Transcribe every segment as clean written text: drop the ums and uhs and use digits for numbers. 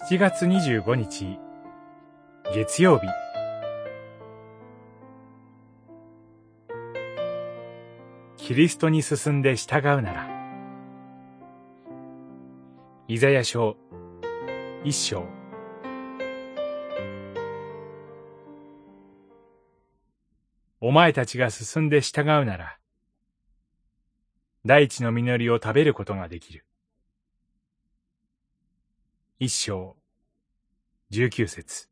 7月25日月曜日。キリストに進んで従うなら。イザヤ書1章。お前たちが進んで従うなら、大地の実りを食べることができる。1章19節。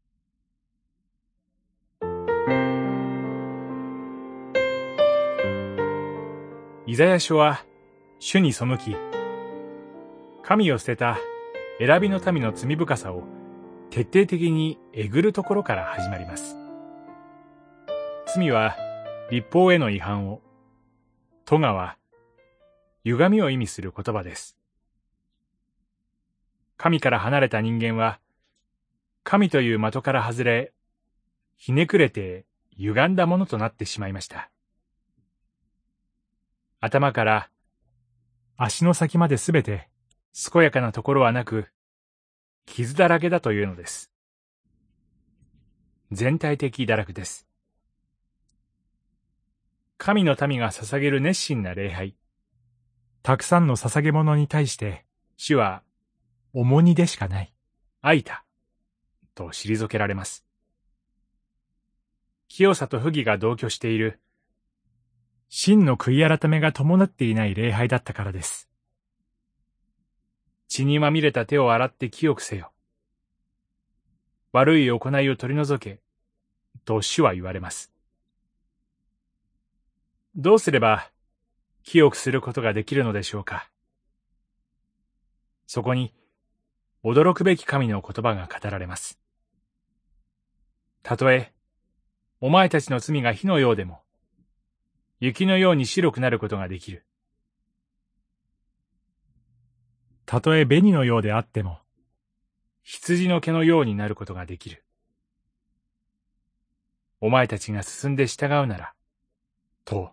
イザヤ書は主に背き、神を捨てた選びの民の罪深さを徹底的にえぐるところから始まります。罪は律法への違反を、咎は歪みを意味する言葉です。神から離れた人間は、神という的から外れ、ひねくれて歪んだものとなってしまいました。頭から足の先まですべて健やかなところはなく、傷だらけだというのです。全体的堕落です。神の民が捧げる熱心な礼拝、たくさんの捧げ物に対して、主は重荷でしかない、愛だと退けられます。清さと不義が同居している、真の悔い改めが伴っていない礼拝だったからです。血にまみれた手を洗って清くせよ。悪い行いを取り除け、と主は言われます。どうすれば清くすることができるのでしょうか。そこに驚くべき神の言葉が語られます。たとえお前たちの罪が火のようでも、雪のように白くなることができる。たとえ紅のようであっても、羊の毛のようになることができる。お前たちが進んで従うなら、と。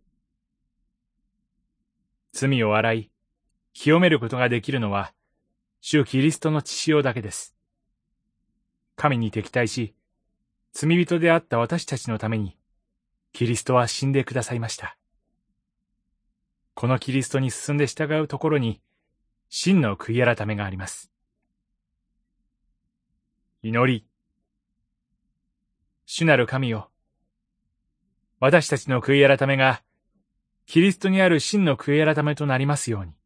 罪を洗い、清めることができるのは、主キリストの血潮だけです。神に敵対し、罪人であった私たちのために、キリストは死んでくださいました。このキリストに進んで従うところに、真の悔い改めがあります。祈り。主なる神よ、私たちの悔い改めが、キリストにある真の悔い改めとなりますように。